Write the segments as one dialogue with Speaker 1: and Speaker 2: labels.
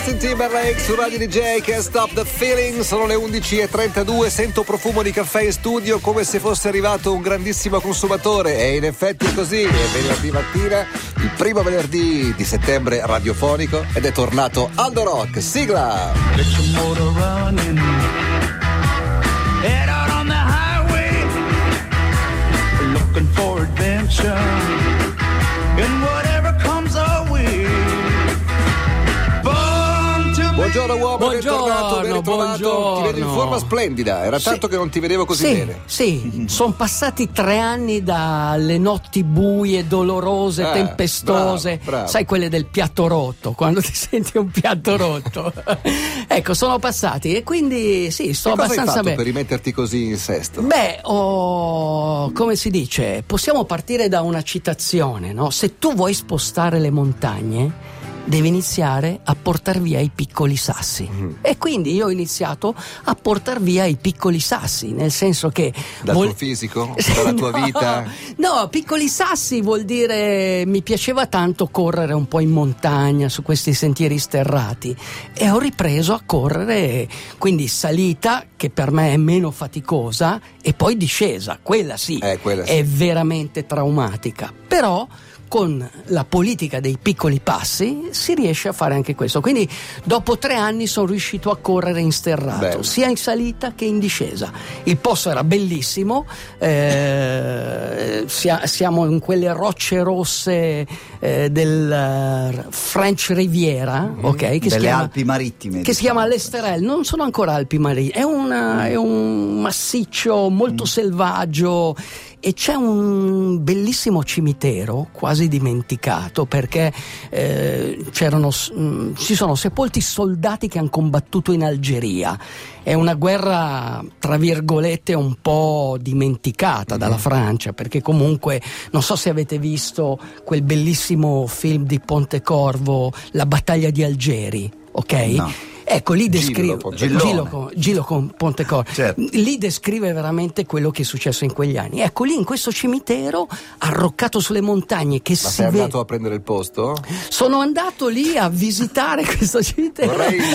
Speaker 1: Justin Timberlake su Radio DJ, Can't Stop the Feeling. Sono le 11:32, sento profumo di caffè in studio come se fosse arrivato un grandissimo consumatore, e in effetti è così. È venerdì mattina, il primo venerdì di settembre radiofonico, ed è tornato Aldo Rock. Sigla!
Speaker 2: Get your motor running, head out on the highway, looking for adventure, and whatever comes our way.
Speaker 1: Buongiorno uomo, bentornato, ben ritrovato.
Speaker 3: Buongiorno.
Speaker 1: Ti vedo in forma splendida, era tanto che non ti vedevo così bene.
Speaker 3: Sì, sono passati 3 anni dalle notti buie, dolorose, tempestose,
Speaker 1: bravo.
Speaker 3: Sai, quelle del piatto rotto, quando ti senti un piatto rotto. Ecco, sono passati e quindi sì, sto abbastanza
Speaker 1: cosa hai fatto
Speaker 3: bene.
Speaker 1: per rimetterti così in sesto?
Speaker 3: Beh, come si dice, possiamo partire da una citazione, no? Se tu vuoi spostare le montagne, devi iniziare a portar via i piccoli sassi. E quindi io ho iniziato a portar via i piccoli sassi, nel senso che
Speaker 1: Dal tuo fisico? Dalla tua vita?
Speaker 3: No, piccoli sassi vuol dire mi piaceva tanto correre un po' in montagna su questi sentieri sterrati, e ho ripreso a correre, quindi salita, che per me è meno faticosa, e poi discesa, quella sì. È veramente traumatica, però con la politica dei piccoli passi si riesce a fare anche questo. Quindi dopo 3 anni sono riuscito a correre in sterrato, sia in salita che in discesa. Il posto era bellissimo, siamo in quelle rocce rosse del French Riviera, ok? Che
Speaker 4: delle Alpi marittime,
Speaker 3: che si chiama l'Esterel. Non sono ancora Alpi marittime, è un massiccio molto selvaggio, e c'è un bellissimo cimitero quasi dimenticato, perché si sono sepolti soldati che hanno combattuto in Algeria. È una guerra tra virgolette un po' dimenticata dalla Francia, perché comunque non so se avete visto quel bellissimo film di Pontecorvo, La battaglia di Algeri, ok? No. Ecco, lì descrive Gilo con Pontecorvo, certo. Lì descrive veramente quello che è successo in quegli anni. Ecco, lì in questo cimitero arroccato sulle montagne, che
Speaker 1: Ma sei andato a prendere il posto?
Speaker 3: Sono andato lì a visitare questo cimitero.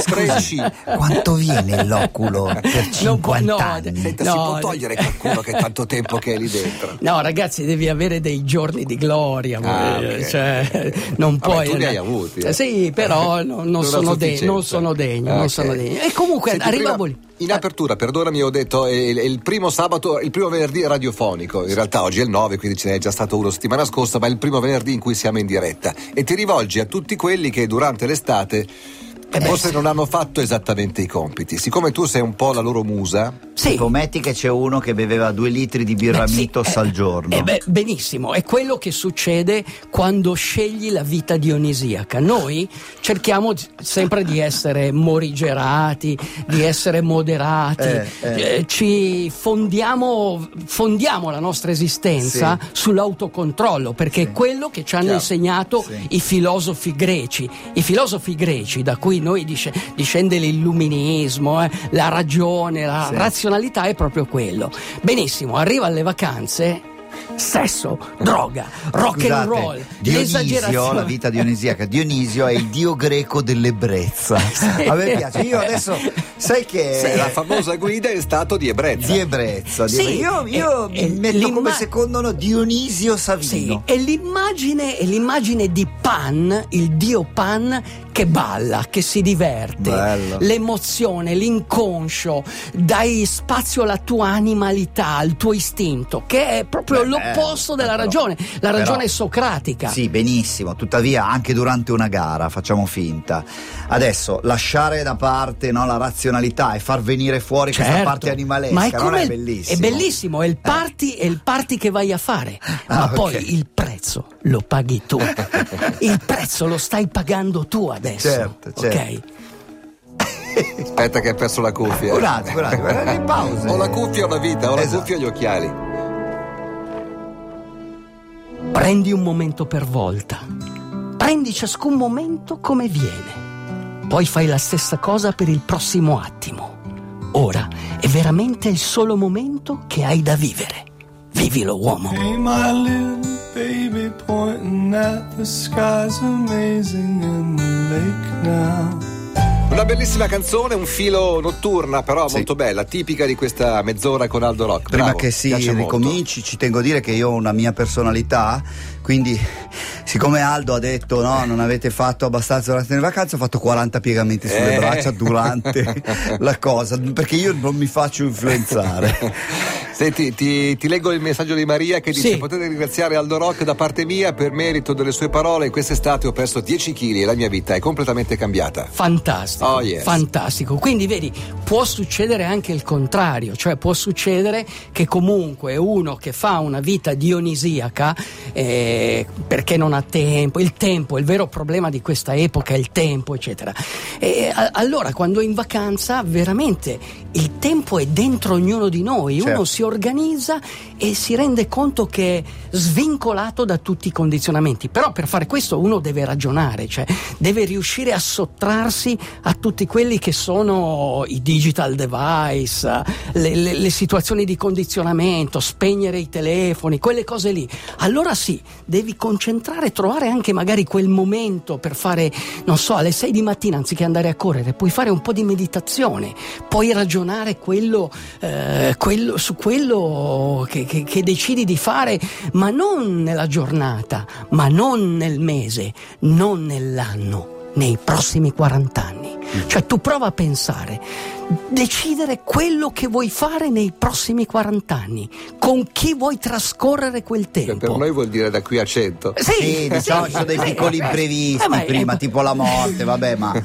Speaker 4: Quanto viene l'oculo per 50 anni?
Speaker 1: Senta, si può togliere qualcuno che è tanto tempo che è lì dentro?
Speaker 3: No, ragazzi, devi avere dei giorni di gloria,
Speaker 1: okay.
Speaker 3: Cioè, non puoi.
Speaker 1: Tu li hai avuti.
Speaker 3: Sì, però non sono degno. E comunque
Speaker 1: senti,
Speaker 3: arriva
Speaker 1: in apertura, perdonami, ho detto è il primo sabato, il primo venerdì radiofonico. In realtà oggi è il 9, quindi ce n'è già stato uno settimana scorsa, ma è il primo venerdì in cui siamo in diretta, e ti rivolgi a tutti quelli che durante l'estate forse non hanno fatto esattamente i compiti. Siccome tu sei un po' la loro musa,
Speaker 4: metti che c'è uno che beveva 2 litri di birra Mitos al giorno.
Speaker 3: Benissimo, è quello che succede quando scegli la vita dionisiaca. Noi cerchiamo sempre di essere morigerati, di essere moderati, ci fondiamo la nostra esistenza sull'autocontrollo, perché è quello che ci hanno insegnato i filosofi greci. I filosofi greci, da cui noi discende l'illuminismo, la ragione, la razionalità, è proprio quello. Benissimo, arriva alle vacanze, sesso, droga, rock and roll,
Speaker 4: Dionisio, la vita dionisiaca. Dionisio è il dio greco dell'ebbrezza. A me piace. Io adesso sai che
Speaker 1: la famosa guida è stato di ebbrezza.
Speaker 4: Io metto come secondo nome Dionisio Savino.
Speaker 3: È l'immagine di Pan, il dio Pan, che balla, che si diverte. Bello. L'emozione, l'inconscio, dai spazio alla tua animalità, al tuo istinto, che è proprio l'opposto della ragione. La ragione è socratica.
Speaker 4: Sì, benissimo. Tuttavia, anche durante una gara, facciamo finta. Adesso, lasciare da parte la razionalità e far venire fuori questa parte animalesca,
Speaker 3: ma
Speaker 4: non è bellissimo?
Speaker 3: È bellissimo, è il party che vai a fare. Ma poi il prezzo lo paghi tu. Il prezzo lo stai pagando tu adesso.
Speaker 4: Certo.
Speaker 3: Ok?
Speaker 1: Aspetta che hai perso la cuffia.
Speaker 4: Un attimo, in pausa.
Speaker 1: Ho la cuffia o la vita, ho la cuffia o gli occhiali.
Speaker 3: Prendi un momento per volta. Prendi ciascun momento come viene. Poi fai la stessa cosa per il prossimo attimo. Ora è veramente il solo momento che hai da vivere. Vivilo, uomo.
Speaker 2: Hey, my little baby, pointing at the skies, amazing in the lake now.
Speaker 1: Una bellissima canzone, un filo notturna, però
Speaker 4: Sì.
Speaker 1: molto bella, tipica di questa mezz'ora con Aldo Rock.
Speaker 4: Prima
Speaker 1: Bravo,
Speaker 4: che si
Speaker 1: piace molto.
Speaker 4: ricominci, ci tengo a dire che io ho una mia personalità, quindi siccome Aldo ha detto no, non avete fatto abbastanza durante le vacanze, ho fatto 40 piegamenti sulle braccia durante la cosa, perché io non mi faccio influenzare.
Speaker 1: Senti, ti leggo il messaggio di Maria che dice:
Speaker 3: Sì.
Speaker 1: potete ringraziare Aldo Rock da parte mia per merito delle sue parole. Quest'estate ho perso 10 kg e la mia vita è completamente cambiata.
Speaker 3: Fantastico,
Speaker 1: Oh, yes.
Speaker 3: fantastico. Quindi vedi, può succedere anche il contrario, cioè può succedere che comunque uno che fa una vita dionisiaca perché non ha tempo, il vero problema di questa epoca è il tempo, eccetera. Allora quando è in vacanza veramente il tempo è dentro ognuno di noi,
Speaker 4: Certo.
Speaker 3: uno si organizza e si rende conto che è svincolato da tutti i condizionamenti. Però per fare questo uno deve ragionare, cioè deve riuscire a sottrarsi a tutti quelli che sono i digital device, le situazioni di condizionamento, spegnere i telefoni, quelle cose lì. Allora sì, devi concentrare, trovare anche magari quel momento per fare, non so, alle 6 di mattina anziché andare a correre, puoi fare un po' di meditazione, puoi ragionare su quello che decidi di fare, ma non nella giornata, ma non nel mese, non nell'anno, nei prossimi 40 anni. Cioè tu prova a pensare, decidere quello che vuoi fare nei prossimi 40 anni, con chi vuoi trascorrere quel
Speaker 1: Che
Speaker 3: tempo.
Speaker 1: per noi vuol dire da qui a 100.
Speaker 4: Sì, diciamo ci sono dei piccoli imprevisti
Speaker 3: ma
Speaker 4: prima, tipo la morte, vabbè, ma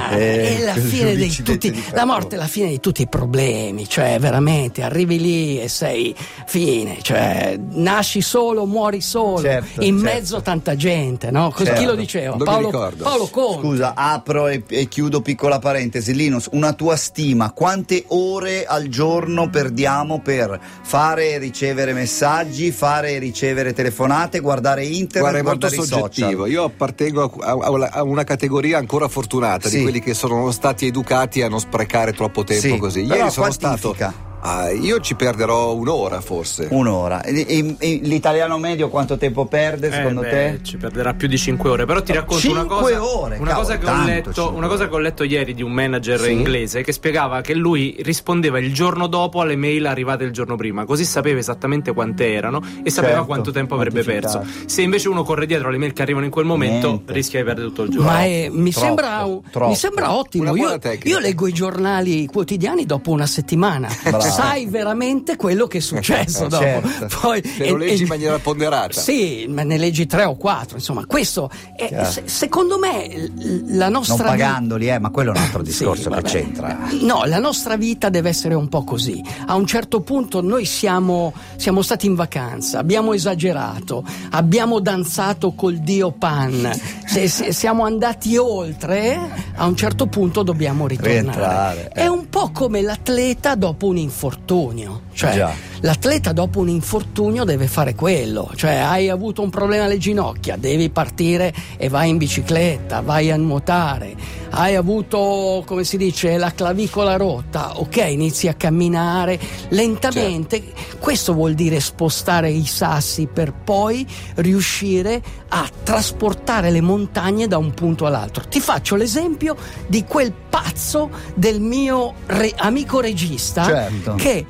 Speaker 3: è la fine di
Speaker 4: l'incidente
Speaker 3: tutti,
Speaker 4: di
Speaker 3: la morte è la fine di tutti i problemi, cioè veramente arrivi lì e sei fine, cioè nasci solo, muori solo,
Speaker 4: Certo,
Speaker 3: in
Speaker 4: certo.
Speaker 3: mezzo a tanta gente, no? Chi
Speaker 4: Certo.
Speaker 3: lo diceva?
Speaker 1: Non mi ricordo.
Speaker 3: Paolo Conte.
Speaker 4: Scusa, apro e chiudo piccola parentesi. Linus, una tua stima, quante ore al giorno perdiamo per fare e ricevere messaggi, fare e ricevere telefonate, guardare internet,
Speaker 1: Guarda, è molto
Speaker 4: guardare i
Speaker 1: soggettivo.
Speaker 4: social?
Speaker 1: Io appartengo a una categoria ancora fortunata
Speaker 4: Sì.
Speaker 1: di quelli che sono stati educati a non sprecare troppo tempo
Speaker 4: Sì,
Speaker 1: così.
Speaker 4: però
Speaker 1: Ieri sono
Speaker 4: quantifica?
Speaker 1: stato. Io ci perderò un'ora forse.
Speaker 4: Un'ora. E l'italiano medio quanto tempo perde secondo te?
Speaker 5: Ci perderà più di 5 ore. Però ti racconto
Speaker 4: 5
Speaker 5: una cosa.
Speaker 4: ore,
Speaker 5: Una cosa che ho
Speaker 4: tanto,
Speaker 5: letto,
Speaker 4: 5
Speaker 5: una cosa
Speaker 4: ore.
Speaker 5: che ho letto ieri di un manager
Speaker 1: Sì.
Speaker 5: inglese che spiegava che lui rispondeva il giorno dopo alle mail arrivate il giorno prima, così sapeva esattamente quante erano e sapeva
Speaker 4: Certo,
Speaker 5: quanto tempo avrebbe perso.
Speaker 4: quantificato.
Speaker 5: Se invece uno corre dietro alle mail che arrivano in quel momento,
Speaker 4: Niente.
Speaker 5: rischia di perdere tutto il giorno.
Speaker 3: Ma mi
Speaker 4: troppo,
Speaker 3: sembra ottimo.
Speaker 1: Una buona
Speaker 3: Io
Speaker 1: tecnica.
Speaker 3: leggo i giornali quotidiani dopo una settimana.
Speaker 4: Bravo.
Speaker 3: Sai veramente quello che è successo dopo.
Speaker 4: Certo.
Speaker 3: Poi,
Speaker 1: Se lo leggi in maniera ponderata.
Speaker 3: Sì, ma ne leggi 3 o 4. Insomma, questo è,
Speaker 4: Chiaro.
Speaker 3: secondo me la nostra
Speaker 4: Non pagandoli, ma quello è un altro
Speaker 3: Sì,
Speaker 4: discorso che
Speaker 3: vabbè.
Speaker 4: c'entra.
Speaker 3: No, la nostra vita deve essere un po' così. A un certo punto noi siamo stati in vacanza, abbiamo esagerato, abbiamo danzato col dio Pan, se siamo andati oltre, a un certo punto dobbiamo ritornare.
Speaker 4: Rientrare,
Speaker 3: È un po' come l'atleta dopo un infortunio. Cioè,
Speaker 4: Già.
Speaker 3: l'atleta dopo un infortunio deve fare quello, cioè hai avuto un problema alle ginocchia, devi partire e vai in bicicletta, vai a nuotare, hai avuto, come si dice, la clavicola rotta, ok, inizi a camminare lentamente, questo vuol dire spostare i sassi per poi riuscire a trasportare le montagne da un punto all'altro. Ti faccio l'esempio di quel pazzo del mio amico regista,
Speaker 4: Certo.
Speaker 3: che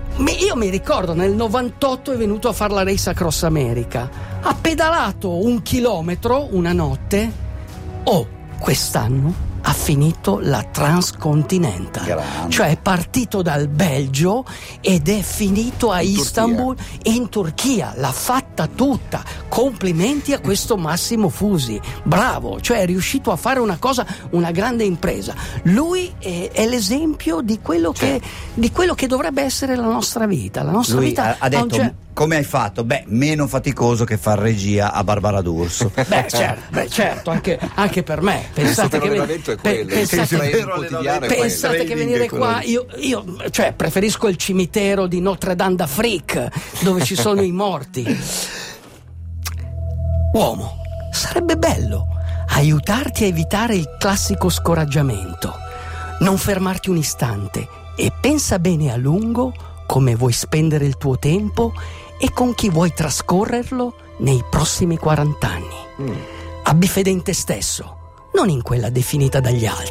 Speaker 3: io mi ricordo nel 98 è venuto a fare la Race Across America, ha pedalato 1 chilometro una notte, quest'anno ha finito la Transcontinental,
Speaker 4: Grande.
Speaker 3: cioè è partito dal Belgio ed è finito a Istanbul in Turchia, l'ha fatta tutta. Complimenti a questo Massimo Fusi, bravo, cioè è riuscito a fare una cosa, una grande impresa. Lui è l'esempio di quello che dovrebbe essere la nostra vita. La nostra
Speaker 4: Lui
Speaker 3: vita
Speaker 4: ha detto come hai fatto? Meno faticoso che far regia a Barbara D'Urso.
Speaker 3: certo, anche per me. Pensate che
Speaker 1: l'allenamento è quello.
Speaker 3: pensate-
Speaker 1: Il quotidiano è quello.
Speaker 3: Pensate che venire qua, io cioè, preferisco il cimitero di Notre Dame d'Afrique, dove ci sono i morti. Uomo, sarebbe bello aiutarti a evitare il classico scoraggiamento. Non fermarti un istante e pensa bene a lungo come vuoi spendere il tuo tempo e con chi vuoi trascorrerlo nei prossimi 40 anni. Abbi fede in te stesso, non in quella definita dagli altri.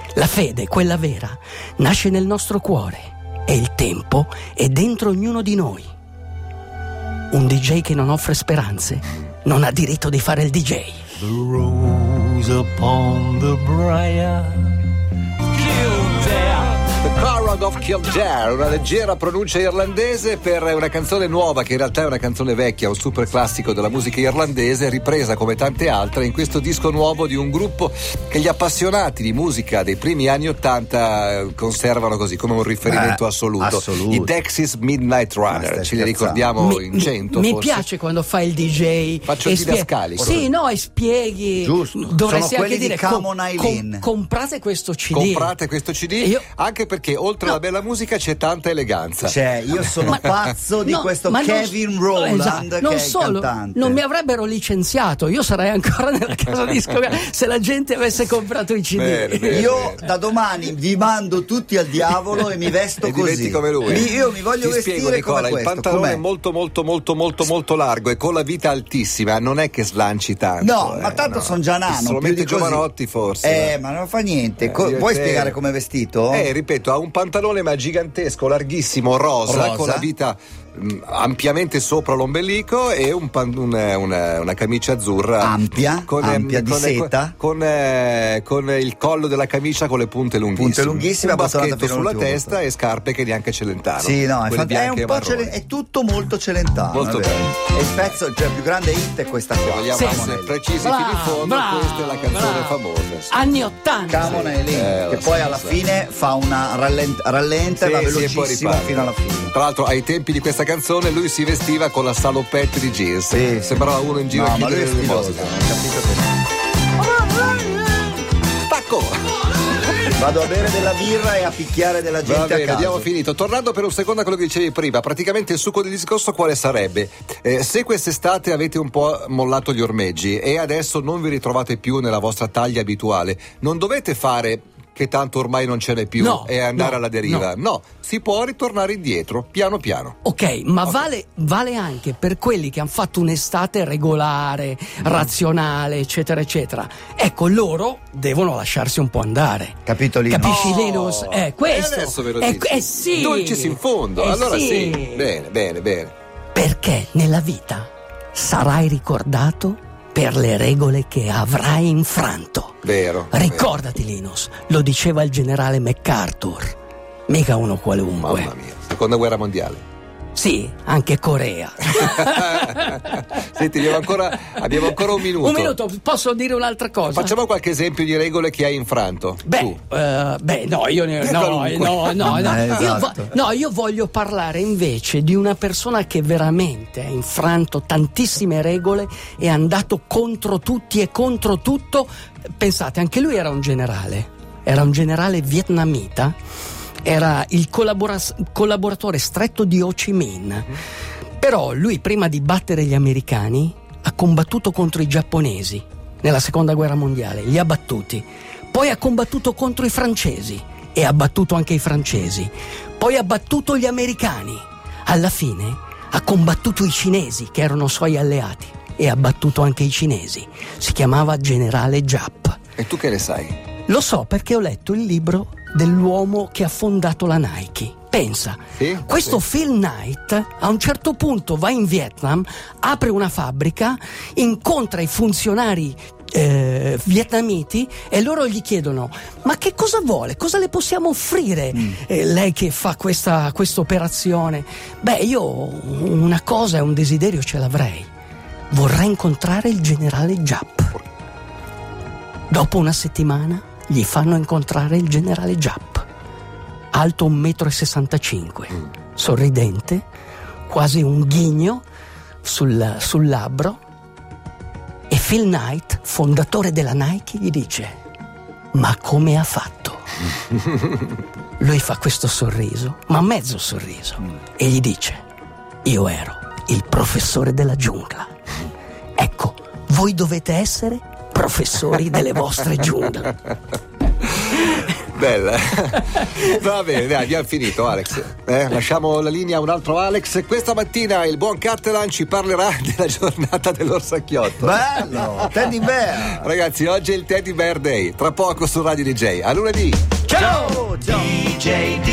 Speaker 3: La fede, quella vera, nasce nel nostro cuore e il tempo è dentro ognuno di noi. Un DJ che non offre speranze non ha diritto di fare il DJ.
Speaker 2: The rose upon the briar, Kildare.
Speaker 1: The Chorus of Kildare, una leggera pronuncia irlandese per una canzone nuova che in realtà è una canzone vecchia, un super classico della musica irlandese, ripresa come tante altre in questo disco nuovo di un gruppo che gli appassionati di musica dei primi anni '80 conservano così come un riferimento assoluto. I Dexys Midnight Runner, ce li ricordiamo in 100
Speaker 3: mi
Speaker 1: forse.
Speaker 3: piace quando fai il DJ.
Speaker 1: Faccio il didascalico.
Speaker 3: Sì, no, e spieghi.
Speaker 4: Giusto.
Speaker 3: Dovresti
Speaker 4: Sono
Speaker 3: anche
Speaker 4: quelli
Speaker 3: dire
Speaker 4: di Come on Eileen.
Speaker 3: comprate questo CD.
Speaker 1: Comprate questo CD,
Speaker 3: Io-
Speaker 1: anche perché oltre alla bella musica c'è tanta eleganza.
Speaker 4: Cioè, io sono pazzo di questo Kevin Rowland,
Speaker 3: esatto,
Speaker 4: che
Speaker 3: non
Speaker 4: è il
Speaker 3: solo,
Speaker 4: cantante.
Speaker 3: non mi avrebbero licenziato, io sarei ancora nella casa discografica se la gente avesse comprato i CD.
Speaker 1: Bene.
Speaker 4: Io da domani vi mando tutti al diavolo e mi vesto
Speaker 1: E
Speaker 4: così.
Speaker 1: diventi come lui.
Speaker 4: Io mi voglio
Speaker 1: Ti
Speaker 4: vestire
Speaker 1: spiego, Nicola,
Speaker 4: come
Speaker 1: il
Speaker 4: questo.
Speaker 1: pantalone
Speaker 4: com'è?
Speaker 1: è molto largo e con la vita altissima, non è che slanci tanto.
Speaker 4: No, ma tanto sono già nano.
Speaker 1: Solamente
Speaker 4: più di così.
Speaker 1: Giovanotti forse.
Speaker 4: Ma non fa niente.
Speaker 1: Io e
Speaker 4: Vuoi
Speaker 1: te-
Speaker 4: spiegare com'è vestito?
Speaker 1: Ripeto, ha un pantalone ma gigantesco, larghissimo, rosa. Con la vita ampiamente sopra l'ombelico e una camicia azzurra
Speaker 4: Ampia di seta.
Speaker 1: con il collo della camicia con le punte lunghissime, un
Speaker 4: abbottonata
Speaker 1: baschetto
Speaker 4: fino
Speaker 1: sulla
Speaker 4: all'ultimo
Speaker 1: testa
Speaker 4: punto.
Speaker 1: e scarpe che neanche Celentano.
Speaker 4: Sì, no,
Speaker 1: quelle
Speaker 4: è
Speaker 1: bianche
Speaker 4: un
Speaker 1: e
Speaker 4: po'
Speaker 1: marroni.
Speaker 4: è tutto molto Celentano.
Speaker 1: Molto
Speaker 4: è vero.
Speaker 1: bene.
Speaker 4: E il pezzo, cioè il più grande hit è questa qua.
Speaker 1: Vogliamo
Speaker 3: Sì.
Speaker 1: essere precisi
Speaker 3: Bravo,
Speaker 1: fino in fondo,
Speaker 3: bravo,
Speaker 1: questa è la canzone
Speaker 3: bravo.
Speaker 1: famosa.
Speaker 3: Anni 80.
Speaker 4: Come on Eileen,
Speaker 1: lo
Speaker 4: che poi
Speaker 1: so,
Speaker 4: alla
Speaker 1: lo so.
Speaker 4: fine fa una rallenta e va
Speaker 1: Sì, e poi
Speaker 4: velocissimo
Speaker 1: riparte.
Speaker 4: fino alla fine.
Speaker 1: Tra l'altro ai tempi di questa canzone lui si vestiva con la salopette di jeans.
Speaker 4: Sì.
Speaker 1: Sembrava uno in giro
Speaker 4: No,
Speaker 1: a
Speaker 4: ma lui
Speaker 1: chiedere
Speaker 4: è stiloso,
Speaker 1: l'elemosina.
Speaker 4: hai capito che
Speaker 1: Stacco!
Speaker 4: vado a bere della birra e a picchiare della gente
Speaker 1: Va bene,
Speaker 4: a caso.
Speaker 1: abbiamo finito. Tornando per un secondo a quello che dicevi prima, praticamente il succo del discorso quale sarebbe? Se quest'estate avete un po' mollato gli ormeggi e adesso non vi ritrovate più nella vostra taglia abituale, non dovete fare che tanto ormai non ce n'è più
Speaker 3: No,
Speaker 1: e andare
Speaker 3: no,
Speaker 1: alla deriva. No, si può ritornare indietro, piano piano.
Speaker 3: Ok, ma vale anche per quelli che hanno fatto un'estate regolare, razionale, eccetera, eccetera. Ecco, loro devono lasciarsi un po' andare.
Speaker 4: Capito, Lino?
Speaker 3: Capisci, Linus? Questo.
Speaker 1: E adesso ve lo dici.
Speaker 3: Sì.
Speaker 1: Dolcis in fondo. Allora
Speaker 3: sì.
Speaker 1: sì. Bene.
Speaker 3: Perché nella vita sarai ricordato per le regole che avrai infranto.
Speaker 1: Vero.
Speaker 3: Ricordati, Linus, lo diceva il generale MacArthur, mica uno qualunque.
Speaker 1: Mamma mia, seconda guerra mondiale.
Speaker 3: Sì, anche Corea.
Speaker 1: Senti, abbiamo ancora un minuto.
Speaker 3: Un minuto, posso dire un'altra cosa?
Speaker 1: Facciamo qualche esempio di regole che hai infranto.
Speaker 3: No, io io voglio parlare invece di una persona che veramente ha infranto tantissime regole e è andato contro tutti e contro tutto. Pensate, anche lui era un generale vietnamita, era il collaboratore stretto di Ho Chi Minh. Però lui, prima di battere gli americani, ha combattuto contro i giapponesi nella seconda guerra mondiale, li ha battuti. Poi ha combattuto contro i francesi e ha battuto anche i francesi. Poi ha battuto gli americani. Alla fine ha combattuto i cinesi, che erano suoi alleati, e ha battuto anche i cinesi. Si chiamava generale Giap.
Speaker 1: E tu che ne sai?
Speaker 3: Lo so perché ho letto il libro dell'uomo che ha fondato la Nike. Pensa,
Speaker 1: Sì,
Speaker 3: questo
Speaker 1: sì.
Speaker 3: Phil Knight a un certo punto va in Vietnam, apre una fabbrica, incontra i funzionari vietnamiti e loro gli chiedono: ma che cosa vuole? Cosa le possiamo offrire lei che fa questa operazione? Io una cosa e un desiderio ce l'avrei: vorrei incontrare il generale Giap. Dopo una settimana gli fanno incontrare il generale Giap, alto 1,65 m, sorridente, quasi un ghigno sul labbro. E Phil Knight, fondatore della Nike, gli dice: ma come ha fatto? Lui fa questo sorriso, ma mezzo sorriso, e gli dice: io ero il professore della giungla. Ecco, voi dovete essere professori delle vostre giungle.
Speaker 1: Bella. Va bene, dai, abbiamo finito, Alex. Lasciamo la linea a un altro Alex. Questa mattina il buon Cattelan ci parlerà della giornata dell'orsacchiotto.
Speaker 4: Bello, Teddy Bear.
Speaker 1: Ragazzi, oggi è il Teddy Bear Day. Tra poco su Radio DJ. A lunedì.
Speaker 3: Ciao!
Speaker 2: DJ